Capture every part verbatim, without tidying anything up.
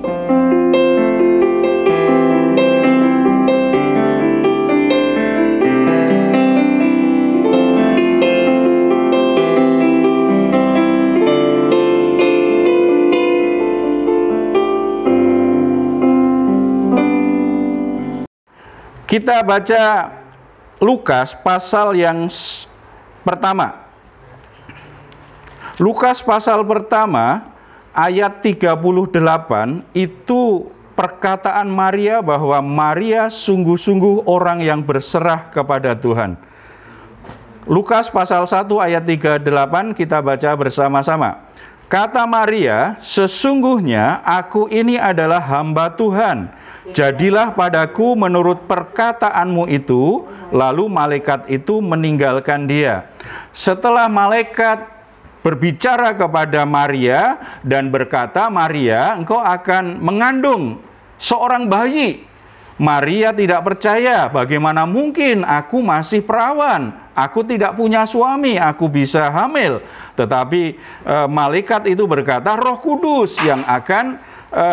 Kita baca Lukas pasal yang pertama. Lukas pasal pertama ayat tiga puluh delapan itu perkataan Maria bahwa Maria sungguh-sungguh orang yang berserah kepada Tuhan. Lukas pasal satu ayat tiga puluh delapan kita baca bersama-sama. Kata Maria, sesungguhnya aku ini adalah hamba Tuhan. Jadilah padaku menurut perkataanmu itu. Lalu malaikat itu meninggalkan dia. Setelah malaikat berbicara kepada Maria dan berkata, Maria, engkau akan mengandung seorang bayi. Maria tidak percaya, bagaimana mungkin aku masih perawan, aku tidak punya suami, aku bisa hamil. Tetapi e, malaikat itu berkata, Roh Kudus yang akan e,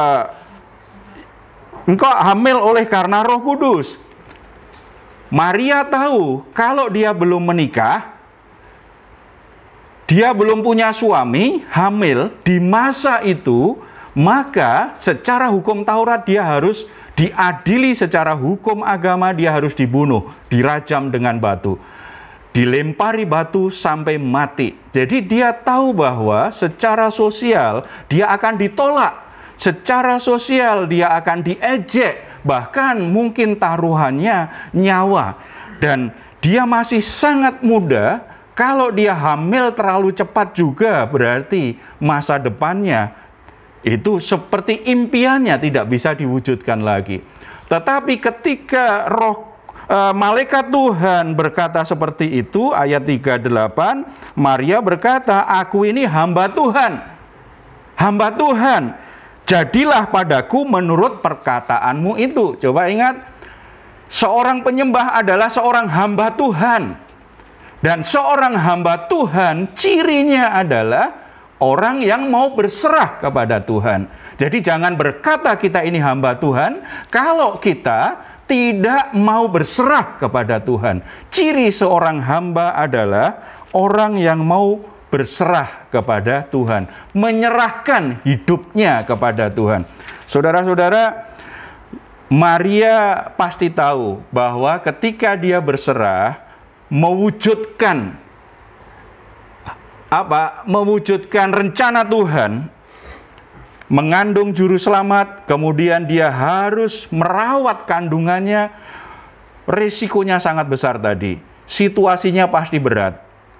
engkau hamil oleh karena Roh Kudus. Maria tahu kalau dia belum menikah, dia belum punya suami, hamil di masa itu, maka secara hukum Taurat dia harus diadili, secara hukum agama dia harus dibunuh, dirajam dengan batu, dilempari batu sampai mati. Jadi dia tahu bahwa secara sosial dia akan ditolak, secara sosial dia akan diejek, bahkan mungkin taruhannya nyawa. Dan dia masih sangat muda, kalau dia hamil terlalu cepat juga berarti masa depannya itu seperti impiannya tidak bisa diwujudkan lagi. Tetapi ketika roh e, malaikat Tuhan berkata seperti itu, ayat tiga puluh delapan, Maria berkata, aku ini hamba Tuhan. Hamba Tuhan. Jadilah padaku menurut perkataanmu itu. Coba ingat, seorang penyembah adalah seorang hamba Tuhan. Dan seorang hamba Tuhan cirinya adalah orang yang mau berserah kepada Tuhan. Jadi jangan berkata kita ini hamba Tuhan kalau kita tidak mau berserah kepada Tuhan. Ciri seorang hamba adalah orang yang mau berserah kepada Tuhan, menyerahkan hidupnya kepada Tuhan. Saudara-saudara, Maria pasti tahu bahwa ketika dia berserah, mewujudkan apa? Mewujudkan rencana Tuhan, mengandung juru selamat, kemudian dia harus merawat kandungannya, risikonya sangat besar tadi. Situasinya pasti berat.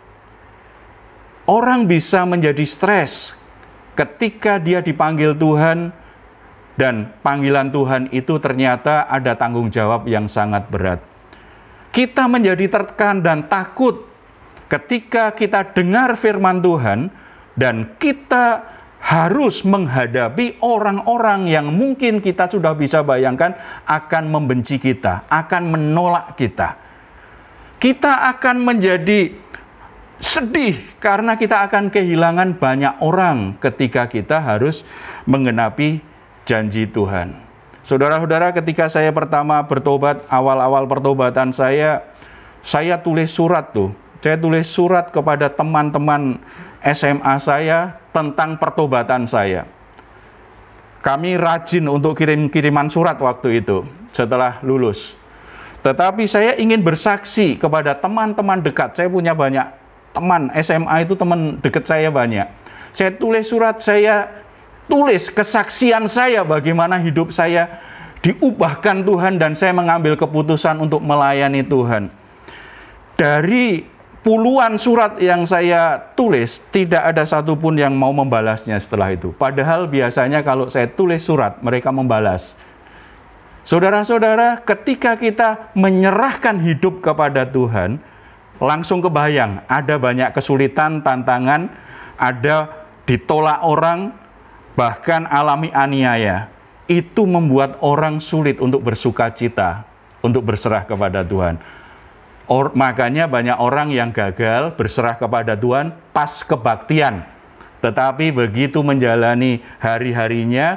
Orang bisa menjadi stres ketika dia dipanggil Tuhan dan panggilan Tuhan itu ternyata ada tanggung jawab yang sangat berat. Kita menjadi tertekan dan takut ketika kita dengar firman Tuhan dan kita harus menghadapi orang-orang yang mungkin kita sudah bisa bayangkan akan membenci kita, akan menolak kita. Kita akan menjadi sedih karena kita akan kehilangan banyak orang ketika kita harus menggenapi janji Tuhan. Saudara-saudara, ketika saya pertama bertobat, awal-awal pertobatan saya, saya tulis surat tuh. Saya tulis surat kepada teman-teman S M A saya tentang pertobatan saya. Kami rajin untuk kirim-kiriman surat waktu itu setelah lulus. Tetapi saya ingin bersaksi kepada teman-teman dekat. Saya punya banyak teman S M A, itu teman dekat saya banyak. Saya tulis surat, saya tulis kesaksian saya bagaimana hidup saya diubahkan Tuhan dan saya mengambil keputusan untuk melayani Tuhan. Dari puluhan surat yang saya tulis, tidak ada satupun yang mau membalasnya setelah itu. Padahal biasanya kalau saya tulis surat, mereka membalas. Saudara-saudara, ketika kita menyerahkan hidup kepada Tuhan, langsung kebayang, ada banyak kesulitan, tantangan, ada ditolak orang, bahkan alami aniaya. Itu membuat orang sulit untuk bersuka cita, untuk berserah kepada Tuhan. Or, makanya banyak orang yang gagal berserah kepada Tuhan pas kebaktian. Tetapi begitu menjalani hari-harinya kok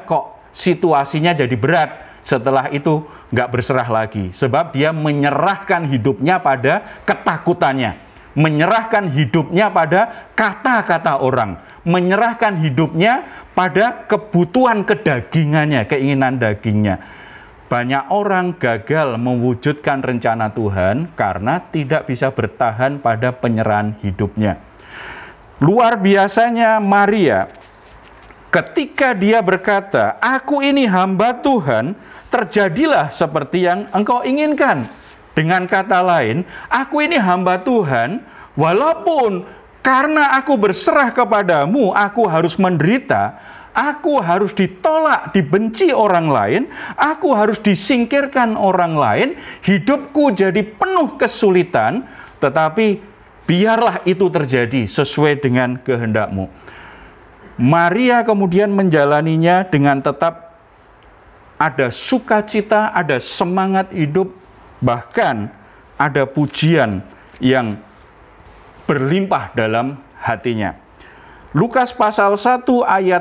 situasinya jadi berat. Setelah itu nggak berserah lagi. Sebab dia menyerahkan hidupnya pada ketakutannya. Menyerahkan hidupnya pada kata-kata orang. Menyerahkan hidupnya pada kebutuhan kedagingannya, keinginan dagingnya. Banyak orang gagal mewujudkan rencana Tuhan karena tidak bisa bertahan pada penyerahan hidupnya. Luar biasanya Maria, ketika dia berkata, "Aku ini hamba Tuhan, terjadilah seperti yang engkau inginkan." Dengan kata lain, aku ini hamba Tuhan, walaupun karena aku berserah kepadamu, aku harus menderita, aku harus ditolak, dibenci orang lain, aku harus disingkirkan orang lain, hidupku jadi penuh kesulitan, tetapi biarlah itu terjadi sesuai dengan kehendakmu. Maria kemudian menjalaninya dengan tetap ada sukacita, ada semangat hidup, bahkan ada pujian yang berlimpah dalam hatinya. Lukas pasal satu ayat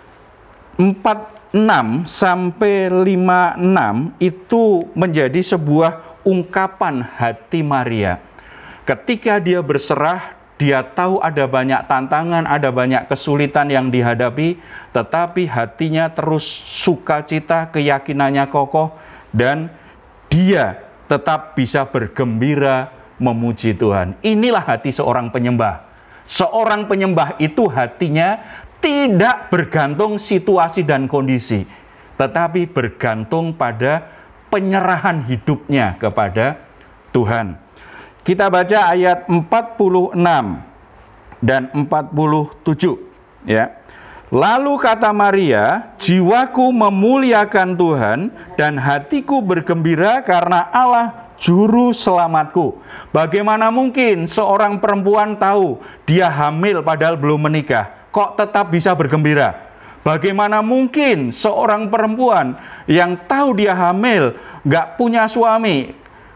empat puluh enam sampai lima puluh enam itu menjadi sebuah ungkapan hati Maria. Ketika dia berserah, dia tahu ada banyak tantangan, ada banyak kesulitan yang dihadapi, tetapi hatinya terus sukacita, keyakinannya kokoh, dan dia tetap bisa bergembira memuji Tuhan. Inilah hati seorang penyembah. Seorang penyembah itu hatinya tidak bergantung situasi dan kondisi, tetapi bergantung pada penyerahan hidupnya kepada Tuhan. Kita baca ayat empat puluh enam dan empat puluh tujuh, ya. Lalu kata Maria, "Jiwaku memuliakan Tuhan dan hatiku bergembira karena Allah juru selamatku." Bagaimana mungkin seorang perempuan tahu dia hamil padahal belum menikah, kok tetap bisa bergembira? Bagaimana mungkin seorang perempuan yang tahu dia hamil, nggak punya suami,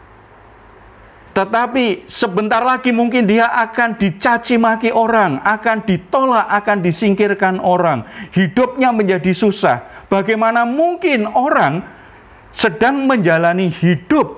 tetapi sebentar lagi mungkin dia akan dicaci maki orang, akan ditolak, akan disingkirkan orang. Hidupnya menjadi susah. Bagaimana mungkin orang sedang menjalani hidup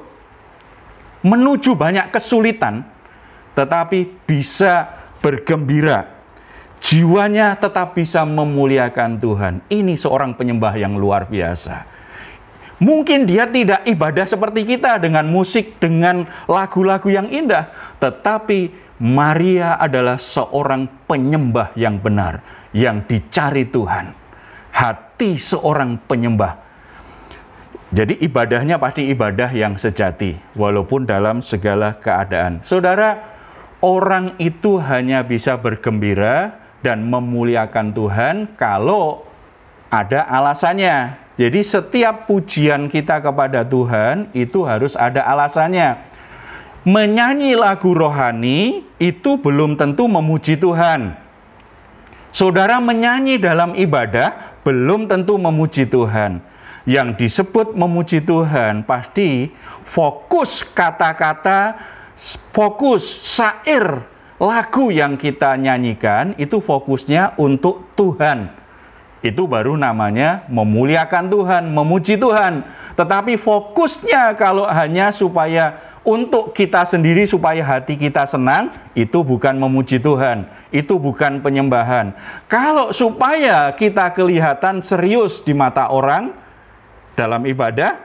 menuju banyak kesulitan, tetapi bisa bergembira. Jiwanya tetap bisa memuliakan Tuhan. Ini seorang penyembah yang luar biasa. Mungkin dia tidak ibadah seperti kita dengan musik, dengan lagu-lagu yang indah. Tetapi Maria adalah seorang penyembah yang benar, yang dicari Tuhan. Hati seorang penyembah. Jadi ibadahnya pasti ibadah yang sejati, walaupun dalam segala keadaan. Saudara, orang itu hanya bisa bergembira dan memuliakan Tuhan kalau ada alasannya. Jadi setiap pujian kita kepada Tuhan itu harus ada alasannya. Menyanyi lagu rohani itu belum tentu memuji Tuhan. Saudara menyanyi dalam ibadah belum tentu memuji Tuhan. Yang disebut memuji Tuhan pasti fokus kata-kata, fokus syair lagu yang kita nyanyikan itu fokusnya untuk Tuhan. Itu baru namanya memuliakan Tuhan, memuji Tuhan. Tetapi fokusnya kalau hanya supaya untuk kita sendiri, supaya hati kita senang, itu bukan memuji Tuhan. Itu bukan penyembahan. Kalau supaya kita kelihatan serius di mata orang dalam ibadah,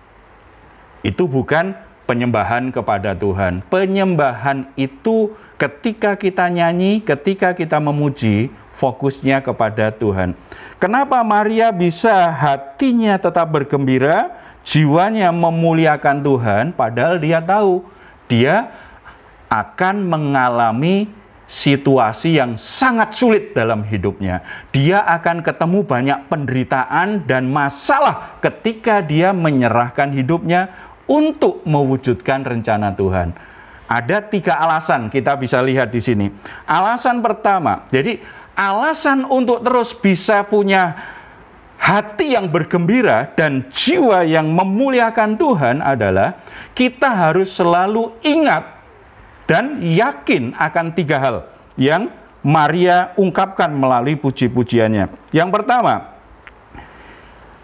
itu bukan penyembahan kepada Tuhan. Penyembahan itu ketika kita nyanyi, ketika kita memuji, fokusnya kepada Tuhan. Kenapa Maria bisa hatinya tetap bergembira, jiwanya memuliakan Tuhan, padahal dia tahu dia akan mengalami situasi yang sangat sulit dalam hidupnya. Dia akan ketemu banyak penderitaan dan masalah ketika dia menyerahkan hidupnya untuk mewujudkan rencana Tuhan. Ada tiga alasan kita bisa lihat di sini. Alasan pertama, jadi alasan untuk terus bisa punya hati yang bergembira dan jiwa yang memuliakan Tuhan adalah kita harus selalu ingat dan yakin akan tiga hal yang Maria ungkapkan melalui puji-pujiannya. Yang pertama,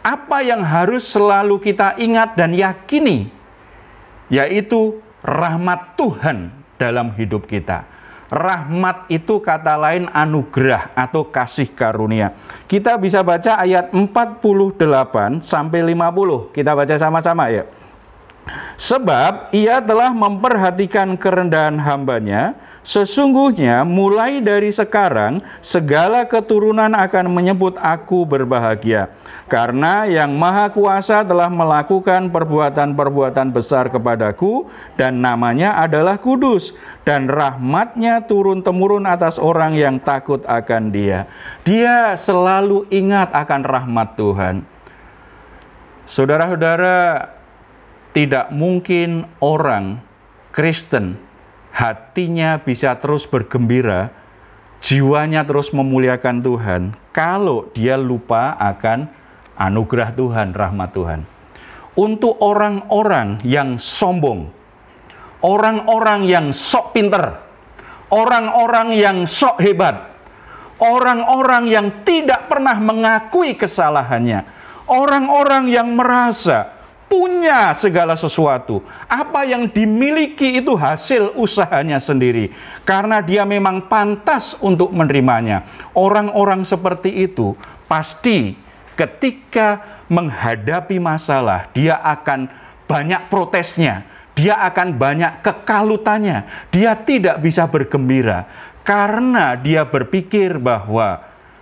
Apa yang harus selalu kita ingat dan yakini, yaitu rahmat Tuhan dalam hidup kita. Rahmat itu kata lain anugerah atau kasih karunia. Kita bisa baca ayat empat puluh delapan sampai lima puluh. Kita baca sama-sama ya. Sebab ia telah memperhatikan kerendahan hambanya, sesungguhnya mulai dari sekarang segala keturunan akan menyebut aku berbahagia. Karena yang Maha Kuasa telah melakukan perbuatan-perbuatan besar kepadaku, dan namanya adalah kudus, dan rahmatnya turun-temurun atas orang yang takut akan dia. Dia selalu ingat akan rahmat Tuhan. Saudara-saudara, tidak mungkin orang Kristen hatinya bisa terus bergembira, jiwanya terus memuliakan Tuhan, kalau dia lupa akan anugerah Tuhan, rahmat Tuhan. Untuk orang-orang yang sombong, orang-orang yang sok pinter, orang-orang yang sok hebat, orang-orang yang tidak pernah mengakui kesalahannya, orang-orang yang merasa punya segala sesuatu, apa yang dimiliki itu hasil usahanya sendiri, karena dia memang pantas untuk menerimanya. Orang-orang seperti itu pasti ketika menghadapi masalah, dia akan banyak protesnya, dia akan banyak kekalutannya, dia tidak bisa bergembira, karena dia berpikir bahwa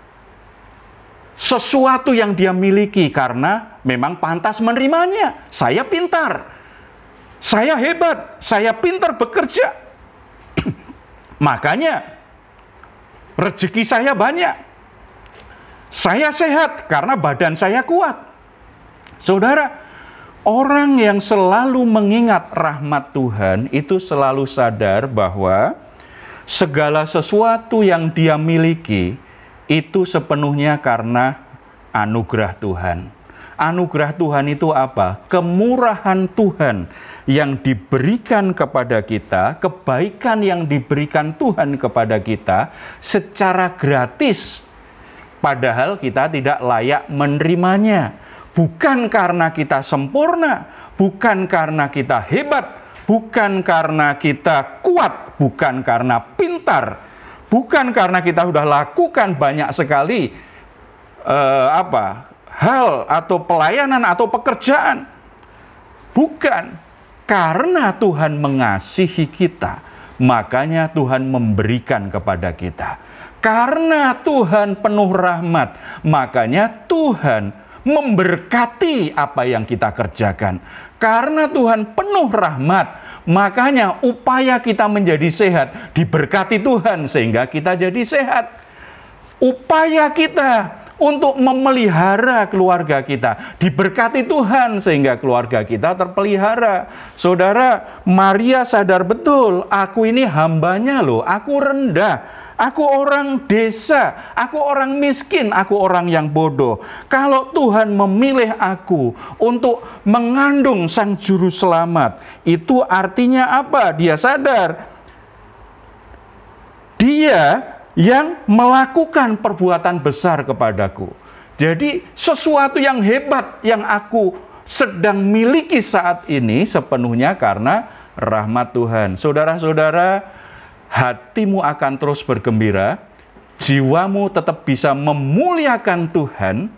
sesuatu yang dia miliki karena memang pantas menerimanya. Saya pintar, saya hebat, saya pintar bekerja, makanya rezeki saya banyak. Saya sehat karena badan saya kuat. Saudara, orang yang selalu mengingat rahmat Tuhan itu selalu sadar bahwa segala sesuatu yang dia miliki itu sepenuhnya karena anugerah Tuhan. Anugerah Tuhan itu apa? Kemurahan Tuhan yang diberikan kepada kita, kebaikan yang diberikan Tuhan kepada kita secara gratis. Padahal kita tidak layak menerimanya. Bukan karena kita sempurna, bukan karena kita hebat, bukan karena kita kuat, bukan karena pintar, bukan karena kita sudah lakukan banyak sekali eh, apa hal atau pelayanan atau pekerjaan. Bukan, karena Tuhan mengasihi kita, makanya Tuhan memberikan kepada kita. Karena Tuhan penuh rahmat, makanya Tuhan memberkati apa yang kita kerjakan. Karena Tuhan penuh rahmat, makanya upaya kita menjadi sehat diberkati Tuhan sehingga kita jadi sehat. Upaya kita untuk memelihara keluarga kita diberkati Tuhan sehingga keluarga kita terpelihara. Saudara, Maria sadar betul, aku ini hambanya loh, aku rendah, aku orang desa, aku orang miskin, aku orang yang bodoh. Kalau Tuhan memilih aku untuk mengandung Sang Juru Selamat, itu artinya apa? Dia sadar dia yang melakukan perbuatan besar kepadaku. Jadi sesuatu yang hebat yang aku sedang miliki saat ini sepenuhnya karena rahmat Tuhan. Saudara-saudara, hatimu akan terus bergembira, jiwamu tetap bisa memuliakan Tuhan.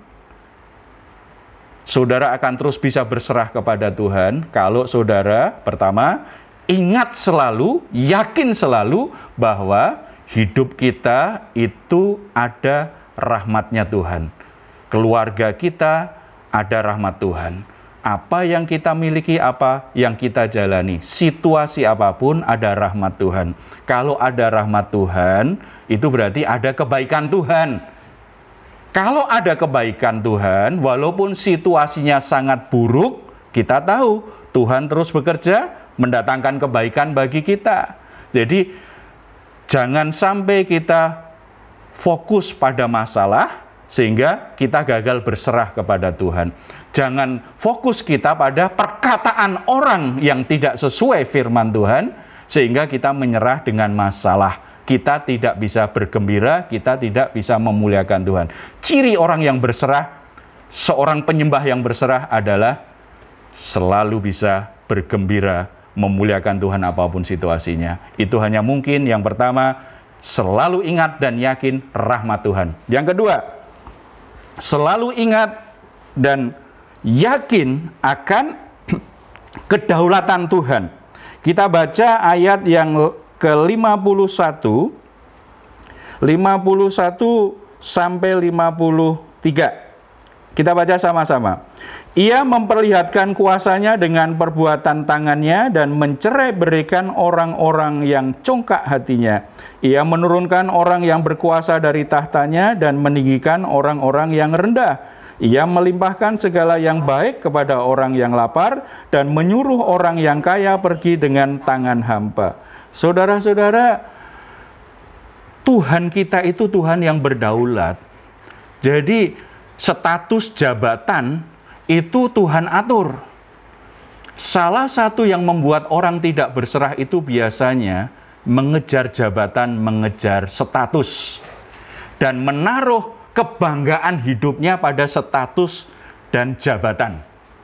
Saudara akan terus bisa berserah kepada Tuhan kalau saudara pertama ingat selalu, yakin selalu bahwa hidup kita itu ada rahmatnya Tuhan. Keluarga kita ada rahmat Tuhan. Apa yang kita miliki, apa yang kita jalani, situasi apapun ada rahmat Tuhan. Kalau ada rahmat Tuhan, itu berarti ada kebaikan Tuhan. Kalau ada kebaikan Tuhan, walaupun situasinya sangat buruk, kita tahu Tuhan terus bekerja mendatangkan kebaikan bagi kita. Jadi jangan sampai kita fokus pada masalah sehingga kita gagal berserah kepada Tuhan. Jangan fokus kita pada perkataan orang yang tidak sesuai firman Tuhan sehingga kita menyerah dengan masalah. Kita tidak bisa bergembira, kita tidak bisa memuliakan Tuhan. Ciri orang yang berserah seorang penyembah yang berserah adalah selalu bisa bergembira, memuliakan Tuhan apapun situasinya. Itu hanya mungkin yang pertama, selalu ingat dan yakin rahmat Tuhan. Yang kedua, selalu ingat dan yakin akan kedaulatan Tuhan. Kita baca ayat yang ke lima puluh satu, lima puluh satu sampai lima puluh tiga. Kita baca sama-sama. Ia memperlihatkan kuasanya dengan perbuatan tangannya dan mencerai-beraikan orang-orang yang congkak hatinya. Ia menurunkan orang yang berkuasa dari tahtanya dan meninggikan orang-orang yang rendah. Ia melimpahkan segala yang baik kepada orang yang lapar dan menyuruh orang yang kaya pergi dengan tangan hampa. Saudara-saudara, Tuhan kita itu Tuhan yang berdaulat. Jadi status jabatan itu Tuhan atur. Salah satu yang membuat orang tidak berserah itu biasanya mengejar jabatan, mengejar status, dan menaruh kebanggaan hidupnya pada status dan jabatan.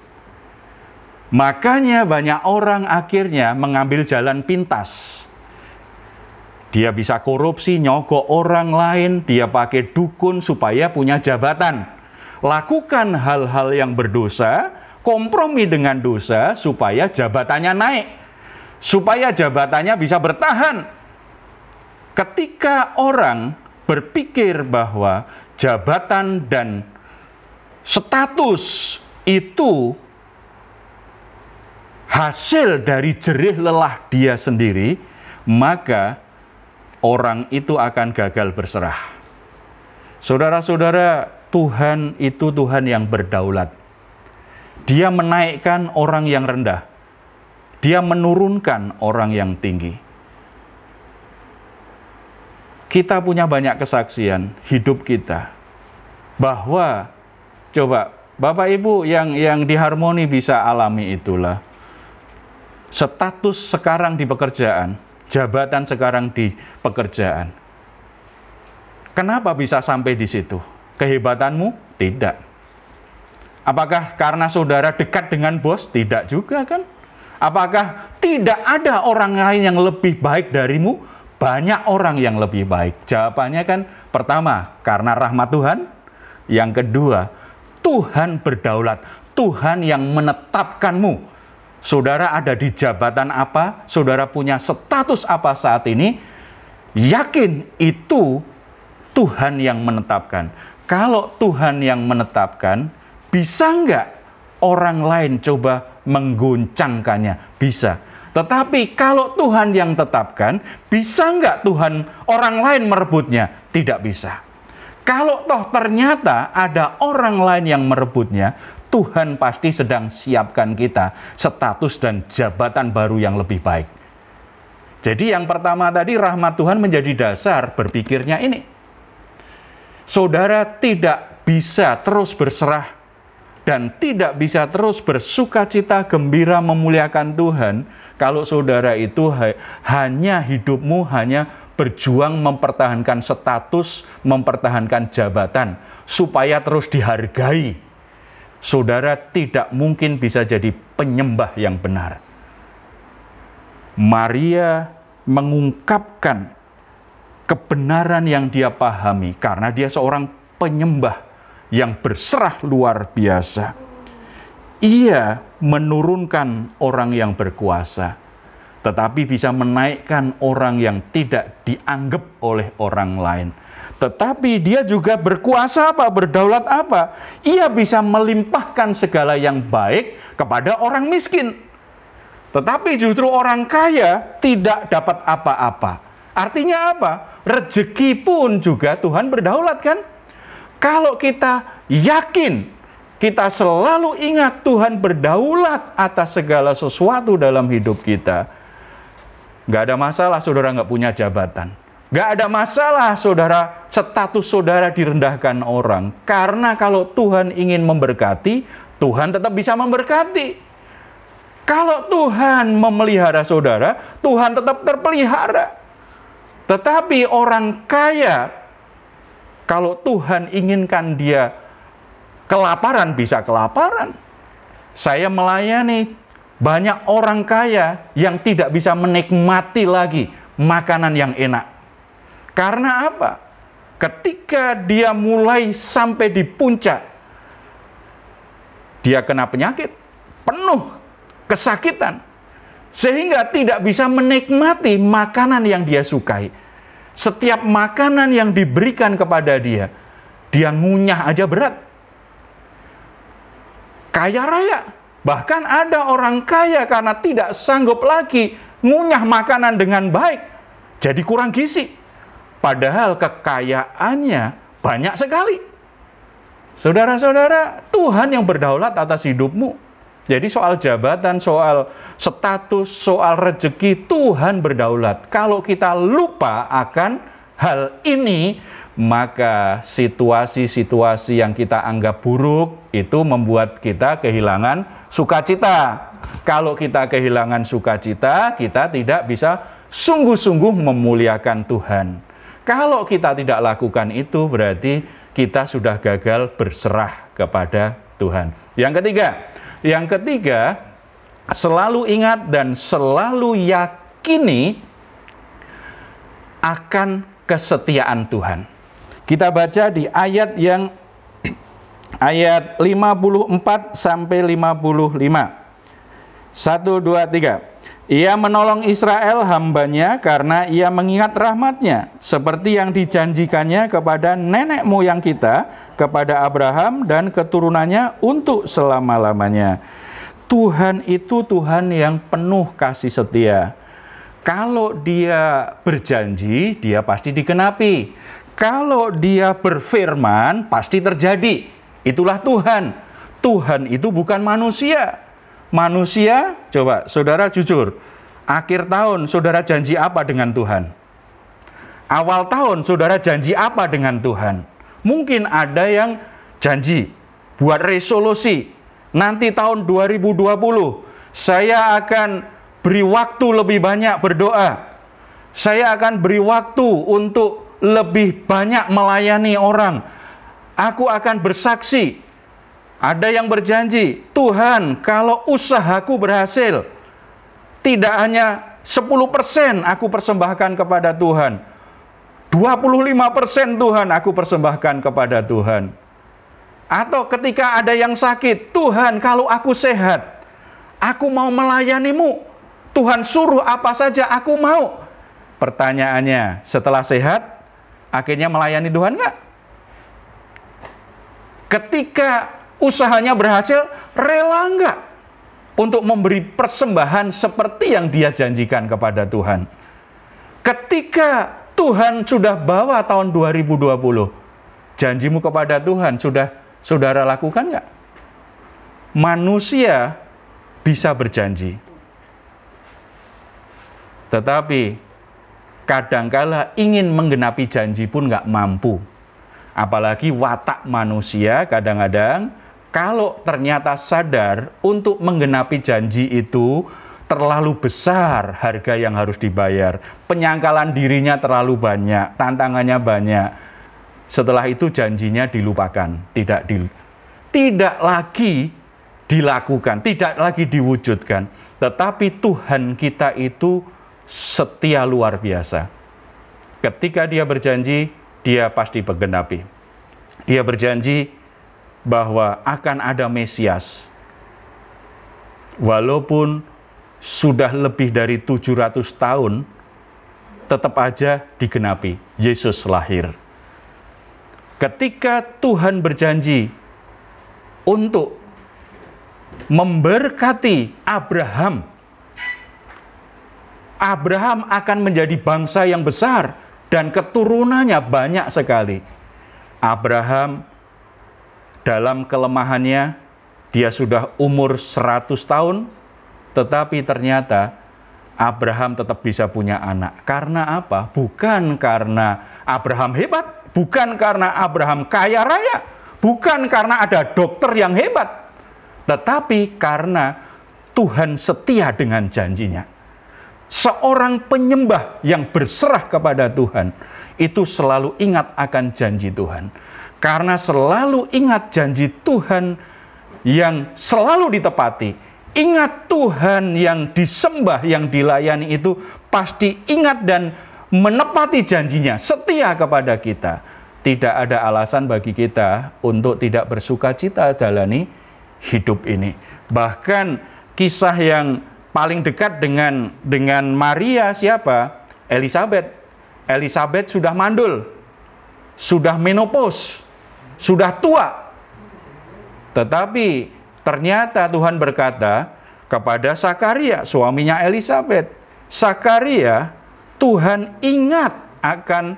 Makanya banyak orang akhirnya mengambil jalan pintas. Dia bisa korupsi, nyogok orang lain, dia pakai dukun supaya punya jabatan. Lakukan hal-hal yang berdosa, kompromi dengan dosa supaya jabatannya naik, supaya jabatannya bisa bertahan. Ketika orang berpikir bahwa jabatan dan status itu hasil dari jerih lelah dia sendiri, maka orang itu akan gagal berserah. Saudara-saudara, Tuhan itu Tuhan yang berdaulat. Dia menaikkan orang yang rendah. Dia menurunkan orang yang tinggi. Kita punya banyak kesaksian hidup kita bahwa, coba Bapak Ibu yang yang di Harmoni bisa alami itulah. Status sekarang di pekerjaan, jabatan sekarang di pekerjaan. Kenapa bisa sampai di situ? Kehebatanmu? Tidak. Apakah karena saudara dekat dengan bos? Tidak juga kan? Apakah tidak ada orang lain yang lebih baik darimu? Banyak orang yang lebih baik. Jawabannya kan pertama, karena rahmat Tuhan. Yang kedua, Tuhan berdaulat. Tuhan yang menetapkanmu. Saudara ada di jabatan apa? Saudara punya status apa saat ini? Yakin itu Tuhan yang menetapkan. Kalau Tuhan yang menetapkan, bisa nggak orang lain coba menggoncangkannya? Bisa. Tetapi kalau Tuhan yang tetapkan, bisa nggak Tuhan orang lain merebutnya? Tidak bisa. Kalau toh ternyata ada orang lain yang merebutnya, Tuhan pasti sedang siapkan kita status dan jabatan baru yang lebih baik. Jadi yang pertama tadi, rahmat Tuhan menjadi dasar berpikirnya ini. Saudara tidak bisa terus berserah dan tidak bisa terus bersuka cita, gembira, memuliakan Tuhan kalau saudara itu ha- hanya hidupmu hanya berjuang mempertahankan status, mempertahankan jabatan supaya terus dihargai. Saudara tidak mungkin bisa jadi penyembah yang benar. Maria mengungkapkan kebenaran yang dia pahami karena dia seorang penyembah yang berserah luar biasa. Ia menurunkan orang yang berkuasa, tetapi bisa menaikkan orang yang tidak dianggap oleh orang lain. Tetapi dia juga berkuasa apa? Berdaulat apa? Ia bisa melimpahkan segala yang baik kepada orang miskin. Tetapi justru orang kaya tidak dapat apa-apa. Artinya apa? Rezeki pun juga Tuhan berdaulat kan? Kalau kita yakin, kita selalu ingat Tuhan berdaulat atas segala sesuatu dalam hidup kita. Nggak ada masalah saudara nggak punya jabatan. Nggak ada masalah saudara, status saudara direndahkan orang. Karena kalau Tuhan ingin memberkati, Tuhan tetap bisa memberkati. Kalau Tuhan memelihara saudara, Tuhan tetap terpelihara. Tetapi orang kaya, kalau Tuhan inginkan dia Kelaparan bisa kelaparan. Saya melayani banyak orang kaya yang tidak bisa menikmati lagi makanan yang enak. Karena apa? Ketika dia mulai sampai di puncak, dia kena penyakit, penuh kesakitan, sehingga tidak bisa menikmati makanan yang dia sukai. Setiap makanan yang diberikan kepada dia, dia ngunyah aja berat. Kaya raya, bahkan ada orang kaya karena tidak sanggup lagi ngunyah makanan dengan baik, jadi kurang gizi. Padahal kekayaannya banyak sekali. Saudara-saudara, Tuhan yang berdaulat atas hidupmu. Jadi soal jabatan, soal status, soal rezeki, Tuhan berdaulat. Kalau kita lupa akan hal ini, maka situasi-situasi yang kita anggap buruk itu membuat kita kehilangan sukacita. Kalau kita kehilangan sukacita, kita tidak bisa sungguh-sungguh memuliakan Tuhan. Kalau kita tidak lakukan itu, berarti kita sudah gagal berserah kepada Tuhan. Yang ketiga, yang ketiga, selalu ingat dan selalu yakini akan kesetiaan Tuhan. Kita baca di ayat yang ayat lima puluh empat sampai lima puluh lima. Satu, dua, tiga. Ia menolong Israel hambanya karena ia mengingat rahmatnya, seperti yang dijanjikannya kepada nenek moyang kita, kepada Abraham dan keturunannya untuk selama-lamanya. Tuhan itu Tuhan yang penuh kasih setia. Kalau dia berjanji, dia pasti digenapi. Kalau dia berfirman, pasti terjadi. Itulah Tuhan. Tuhan itu bukan manusia. Manusia, coba saudara jujur, akhir tahun saudara janji apa dengan Tuhan? Awal tahun saudara janji apa dengan Tuhan? Mungkin ada yang janji buat resolusi, nanti tahun dua ribu dua puluh saya akan beri waktu lebih banyak berdoa. Saya akan beri waktu untuk lebih banyak melayani orang. Aku akan bersaksi. Ada yang berjanji, Tuhan, kalau usahaku berhasil, tidak hanya sepuluh persen aku persembahkan kepada Tuhan, dua puluh lima persen Tuhan aku persembahkan kepada Tuhan. Atau ketika ada yang sakit, Tuhan, kalau aku sehat, aku mau melayanimu. Tuhan suruh apa saja aku mau. Pertanyaannya, setelah sehat, akhirnya melayani Tuhan enggak? Ketika usahanya berhasil, rela enggak untuk memberi persembahan seperti yang dia janjikan kepada Tuhan? Ketika Tuhan sudah bawa tahun dua ribu dua puluh, janjimu kepada Tuhan sudah saudara lakukan enggak? Manusia bisa berjanji, tetapi kadangkala ingin menggenapi janji pun enggak mampu. Apalagi watak manusia kadang-kadang kalau ternyata sadar untuk menggenapi janji itu terlalu besar harga yang harus dibayar, penyangkalan dirinya terlalu banyak, tantangannya banyak. Setelah itu janjinya dilupakan, tidak di, tidak lagi dilakukan, tidak lagi diwujudkan. Tetapi Tuhan kita itu setia luar biasa. Ketika dia berjanji, dia pasti menggenapi. Dia berjanji bahwa akan ada Mesias. Walaupun sudah lebih dari tujuh ratus tahun, tetap aja digenapi. Yesus lahir. Ketika Tuhan berjanji untuk memberkati Abraham, Abraham akan menjadi bangsa yang besar dan keturunannya banyak sekali. Abraham dalam kelemahannya, dia sudah umur seratus tahun, tetapi ternyata Abraham tetap bisa punya anak. Karena apa? Bukan karena Abraham hebat, bukan karena Abraham kaya raya, bukan karena ada dokter yang hebat, tetapi karena Tuhan setia dengan janjinya. Seorang penyembah yang berserah kepada Tuhan itu selalu ingat akan janji Tuhan. Karena selalu ingat janji Tuhan yang selalu ditepati. Ingat Tuhan yang disembah, yang dilayani itu pasti ingat dan menepati janjinya, setia kepada kita. Tidak ada alasan bagi kita untuk tidak bersuka cita jalani hidup ini. Bahkan kisah yang paling dekat dengan dengan Maria siapa? Elizabeth. Elizabeth sudah mandul, sudah menopause, sudah tua. Tetapi ternyata Tuhan berkata kepada Sakaria, suaminya Elizabeth, Sakaria, Tuhan ingat akan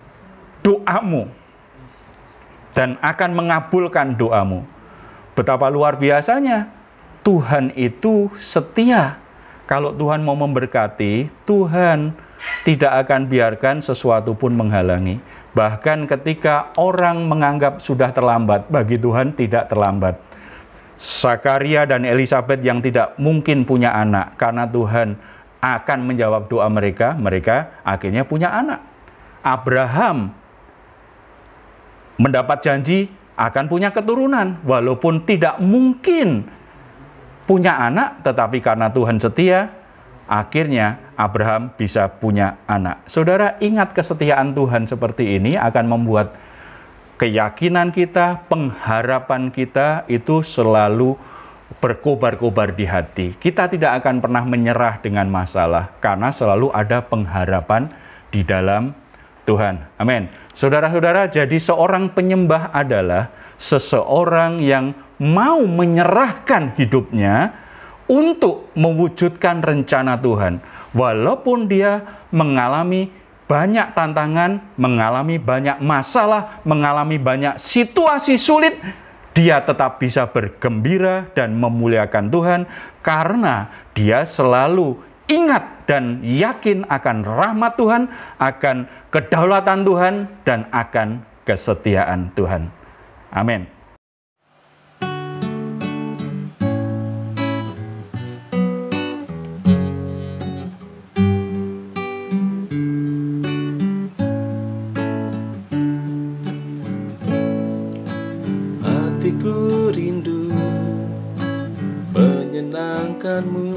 doamu dan akan mengabulkan doamu. Betapa luar biasanya Tuhan itu setia. Kalau Tuhan mau memberkati, Tuhan tidak akan biarkan sesuatu pun menghalangi. Bahkan ketika orang menganggap sudah terlambat, bagi Tuhan tidak terlambat. Sakaria dan Elizabeth yang tidak mungkin punya anak, karena Tuhan akan menjawab doa mereka, mereka akhirnya punya anak. Abraham mendapat janji akan punya keturunan, walaupun tidak mungkin punya anak, tetapi karena Tuhan setia, akhirnya Abraham bisa punya anak. Saudara, ingat kesetiaan Tuhan seperti ini akan membuat keyakinan kita, pengharapan kita itu selalu berkobar-kobar di hati. Kita tidak akan pernah menyerah dengan masalah, karena selalu ada pengharapan di dalam Tuhan. Amin. Saudara-saudara, jadi seorang penyembah adalah seseorang yang mau menyerahkan hidupnya untuk mewujudkan rencana Tuhan. Walaupun dia mengalami banyak tantangan, mengalami banyak masalah, mengalami banyak situasi sulit, dia tetap bisa bergembira dan memuliakan Tuhan karena dia selalu ingat dan yakin akan rahmat Tuhan, akan kedaulatan Tuhan, dan akan kesetiaan Tuhan. Amin. Hatiku rindu menyenangkanmu,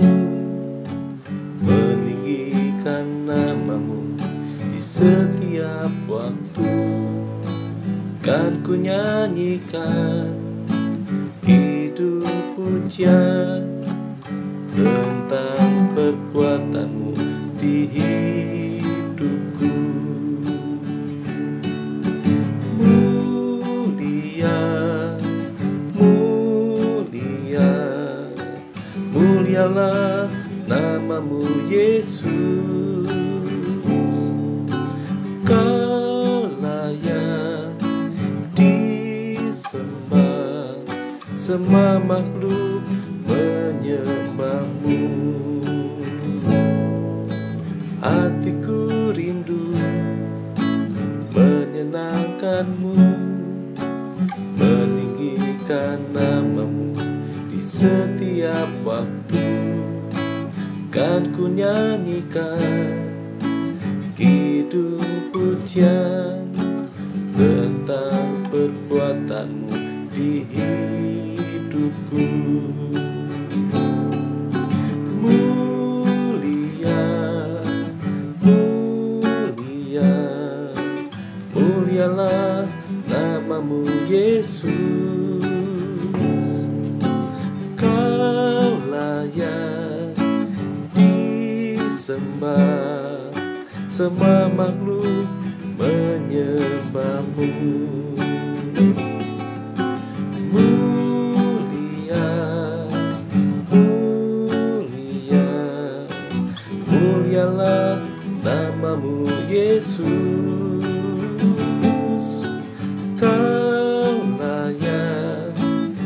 meninggikan namamu di setiap waktu. Kan ku nyanyikan hidup pujian tentang perbuatanmu di hidupku. Mulia, mulia, mulialah namamu Yesus. Kau layak disembah, semua makhluk menyembahmu. Hatiku rindu menyenangkanmu, meninggikan namamu di setiap waktu. Kan ku nyanyikan hidup pujian tentang perbuatanmu di hidupku. Mulia, mulia, mulialah namamu Yesus. Kau layak disembah, semua makhluk menyembahmu. Mulia, mulia, mulialah namamu Yesus. Kau layak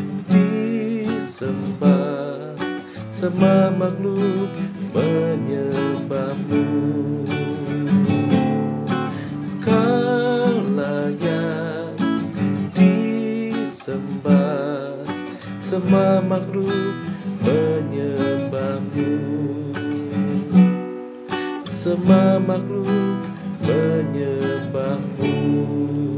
disembah, semua makhluk menyembahmu. Kau layak disembah, semua makhluk menyembahmu. Semua makhluk menyembahmu.